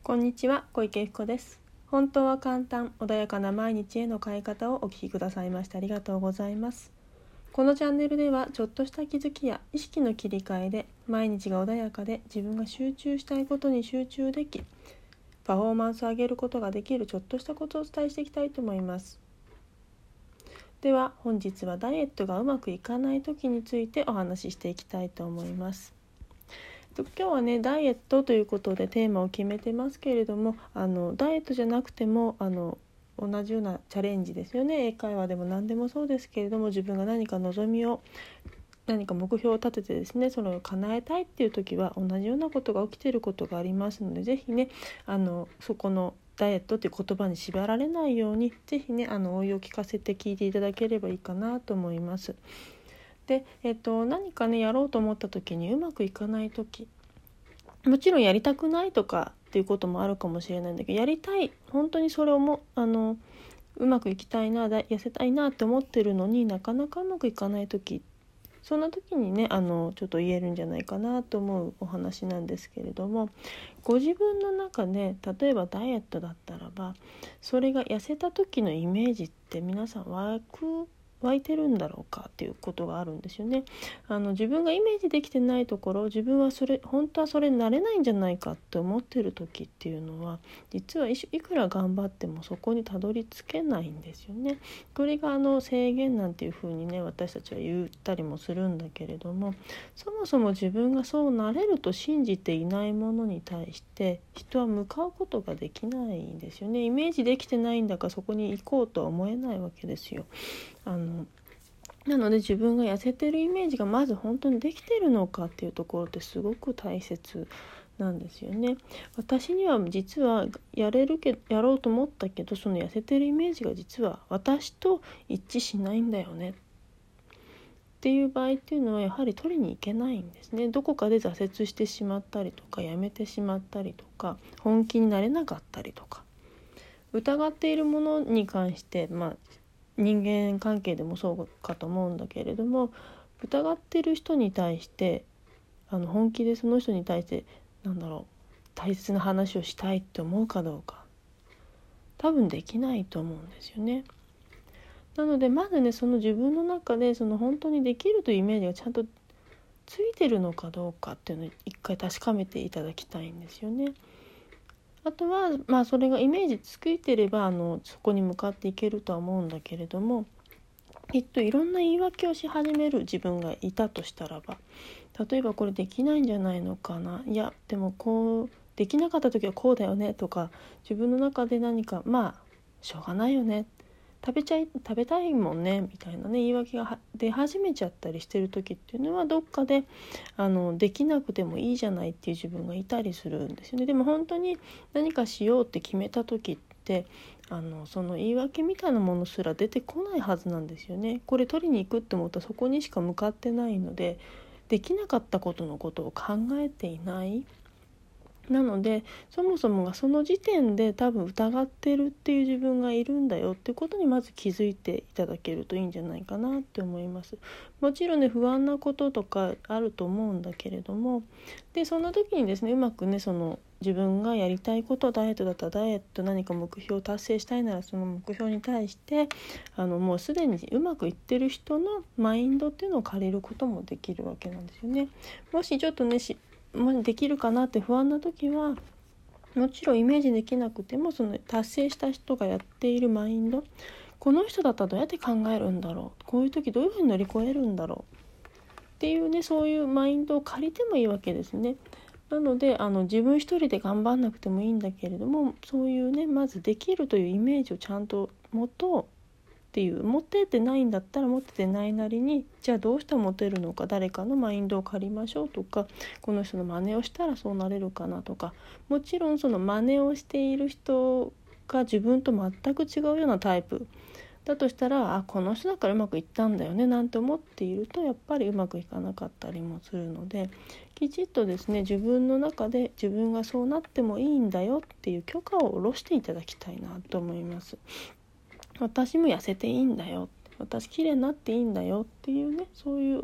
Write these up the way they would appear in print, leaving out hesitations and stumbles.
こんにちは、小池福子です。本当は簡単、穏やかな毎日への変え方をお聞きくださいましてありがとうございます。このチャンネルではちょっとした気づきや意識の切り替えで毎日が穏やかで自分が集中したいことに集中でき、パフォーマンスを上げることができるちょっとしたことをお伝えしていきたいと思います。では本日はダイエットがうまくいかない時についてお話ししていきたいと思います。今日はねダイエットということでテーマを決めてますけれども、ダイエットじゃなくても同じようなチャレンジですよね。英会話でも何でもそうですけれども、自分が何か望みを何か目標を立ててですね、それを叶えたいっていう時は同じようなことが起きていることがありますので、ぜひねそこのダイエットという言葉に縛られないように、ぜひね応用を聞かせて聞いていただければいいかなと思います。で、何かねやろうと思った時にうまくいかない時、もちろんやりたくないとかっていうこともあるかもしれないんだけど、やりたい、本当にそれをうまくいきたいな、痩せたいなって思ってるのになかなかうまくいかない時、そんな時にねちょっと言えるんじゃないかなと思うお話なんですけれども、ご自分の中で例えばダイエットだったらば、それが痩せた時のイメージって皆さん湧いてるんだろうかっていうことがあるんですよね。自分がイメージできてないところ、自分は本当はそれになれないんじゃないかって思ってる時っていうのは、実はいくら頑張ってもそこにたどり着けないんですよね。これが制限なんていうふうにね私たちは言ったりもするんだけれども、そもそも自分がそうなれると信じていないものに対して人は向かうことができないんですよね。イメージできてないんだからそこに行こうとは思えないわけですよ。なので自分が痩せてるイメージがまず本当にできてるのかっていうところってすごく大切なんですよね。私には実はやろうと思ったけど、その痩せてるイメージが実は私と一致しないんだよねっていう場合っていうのはやはり取りに行けないんですね。どこかで挫折してしまったりとか、やめてしまったりとか、本気になれなかったりとか、疑っているものに関して人間関係でもそうかと思うんだけれども、疑ってる人に対して本気でその人に対して大切な話をしたいって思うかどうか、多分できないと思うんですよね。なのでまずねその自分の中で本当にできるというイメージがちゃんとついてるのかどうかっていうのを一回確かめていただきたいんですよね。あとはそれがイメージついてればそこに向かっていけるとは思うんだけれども、きっといろんな言い訳をし始める自分がいたとしたらば、例えばこれできないんじゃないのかな、いやでもこうできなかった時はこうだよねとか、自分の中で何かしょうがないよね、食べたいもんねみたいなね言い訳が出始めちゃったりしてる時っていうのは、どっかでできなくてもいいじゃないっていう自分がいたりするんですよね。でも本当に何かしようって決めた時ってその言い訳みたいなものすら出てこないはずなんですよね。これ取りに行くって思ったらそこにしか向かってないので、できなかったことのことを考えていない。なのでそもそもがその時点で多分疑ってるっていう自分がいるんだよってことにまず気づいていただけるといいんじゃないかなって思います。もちろんね不安なこととかあると思うんだけれども、でそんな時にですねうまくね自分がやりたいこと、ダイエットだったらダイエット、何か目標を達成したいならその目標に対してもうすでにうまくいってる人のマインドっていうのを借りることもできるわけなんですよね。もしちょっとねできるかなって不安な時は、もちろんイメージできなくてもその達成した人がやっているマインド、この人だったらどうやって考えるんだろう、こういう時どういうふうに乗り越えるんだろうっていうね、そういうマインドを借りてもいいわけですね。なので自分一人で頑張んなくてもいいんだけれども、そういうねまずできるというイメージをちゃんと持とうっていう、持っててないんだったら持っててないなりに、じゃあどうして持てるのか、誰かのマインドを借りましょうとか、この人の真似をしたらそうなれるかなとか、もちろんその真似をしている人が自分と全く違うようなタイプだとしたら、この人だからうまくいったんだよねなんて思っているとやっぱりうまくいかなかったりもするので、きちっとですね自分の中で自分がそうなってもいいんだよっていう許可を下ろしていただきたいなと思います。私も痩せていいんだよ、私綺麗になっていいんだよっていうね、そういう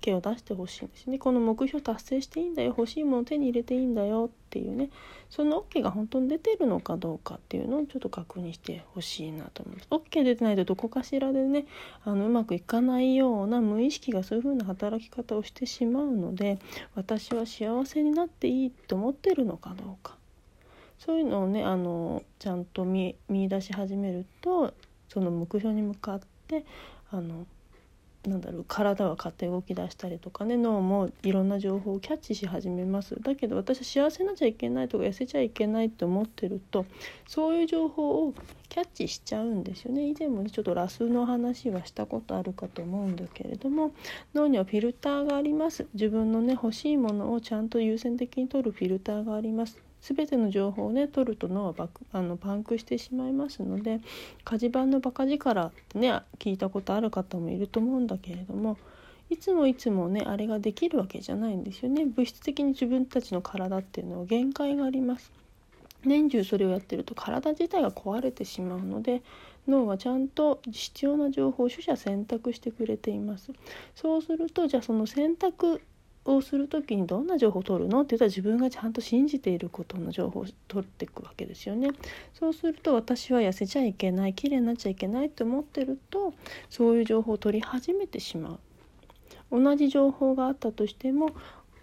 OK を出してほしいんですね。この目標達成していいんだよ、欲しいものを手に入れていいんだよっていうね、その OK が本当に出てるのかどうかっていうのをちょっと確認してほしいなと思います。 OK 出てないとどこかしらでねうまくいかないような無意識がそういう風な働き方をしてしまうので、私は幸せになっていいと思ってるのかどうか、そういうのをねちゃんと見出し始めると、その目標に向かって体は勝手に動き出したりとかね、脳もいろんな情報をキャッチし始めます。だけど私は幸せになっちゃいけないとか痩せちゃいけないと思ってると、そういう情報をキャッチしちゃうんですよね。以前もねちょっとラスの話はしたことあるかと思うんだけれども、脳にはフィルターがあります。自分のね欲しいものをちゃんと優先的に取るフィルターがあります。全ての情報をね取ると脳はパンクしてしまいますので、火事場のバカ力ってね聞いたことある方もいると思うんだけれども、いつもねあれができるわけじゃないんですよね。物質的に自分たちの体っていうのは限界があります。年中それをやってると体自体が壊れてしまうので、脳はちゃんと必要な情報を取捨選択してくれています。そうすると、じゃあその選択をするときにどんな情報を取るのって言ったら、自分がちゃんと信じていることの情報を取っていくわけですよね。そうすると、私は痩せちゃいけない、綺麗になっちゃいけないと思ってると、そういう情報を取り始めてしまう。同じ情報があったとしても、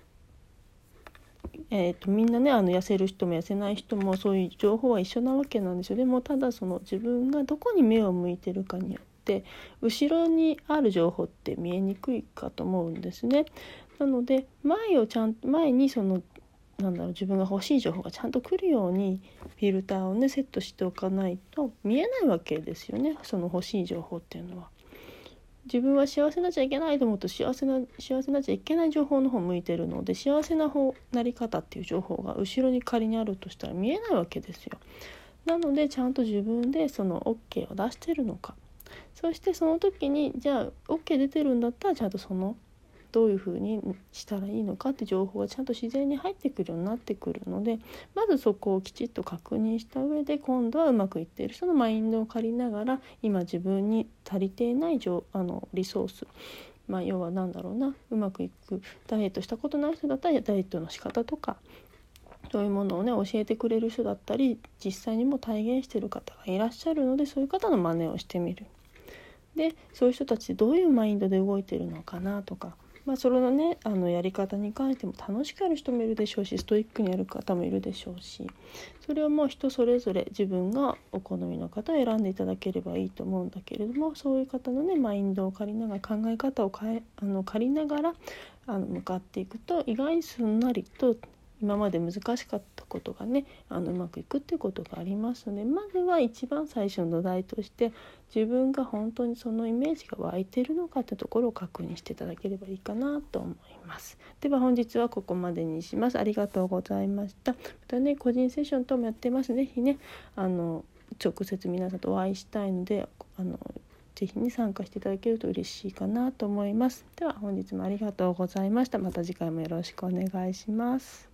みんなね痩せる人も痩せない人もそういう情報は一緒なわけなんですよ。でもただその自分がどこに目を向いてるかによって後ろにある情報って見えにくいかと思うんですね。なので前にその自分が欲しい情報がちゃんと来るようにフィルターをねセットしておかないと見えないわけですよね。その欲しい情報っていうのは。自分は幸せになっちゃいけないと思うと幸せになっちゃいけない情報の方向いてるので、幸せななり方っていう情報が後ろに仮にあるとしたら見えないわけですよ。なのでちゃんと自分でその OK を出してるのか、そしてその時にじゃあ OK 出てるんだったらちゃんとそのどういうふうにしたらいいのかって情報がちゃんと自然に入ってくるようになってくるので、まずそこをきちっと確認した上で、今度はうまくいっている人のマインドを借りながら、今自分に足りていないリソース、要はうまくいくダイエットしたことない人だったらダイエットの仕方とかそういうものをね教えてくれる人だったり、実際にも体現している方がいらっしゃるので、そういう方の真似をしてみる。でそういう人たちどういうマインドで動いているのかなとか、それのねやり方に関しても楽しくやる人もいるでしょうし、ストイックにやる方もいるでしょうし、それをもう人それぞれ自分がお好みの方を選んでいただければいいと思うんだけれども、そういう方のねマインドを借りながら、考え方を借りながら向かっていくと、意外にすんなりと今まで難しかったことがねうまくいくっていうことがありますので、まずは一番最初の土台として自分が本当にそのイメージが湧いているのかってところを確認していただければいいかなと思います。では本日はここまでにします。ありがとうございました。またね個人セッション等もやってます。ぜひね直接皆さんとお会いしたいのでぜひに参加していただけると嬉しいかなと思います。では本日もありがとうございました。また次回もよろしくお願いします。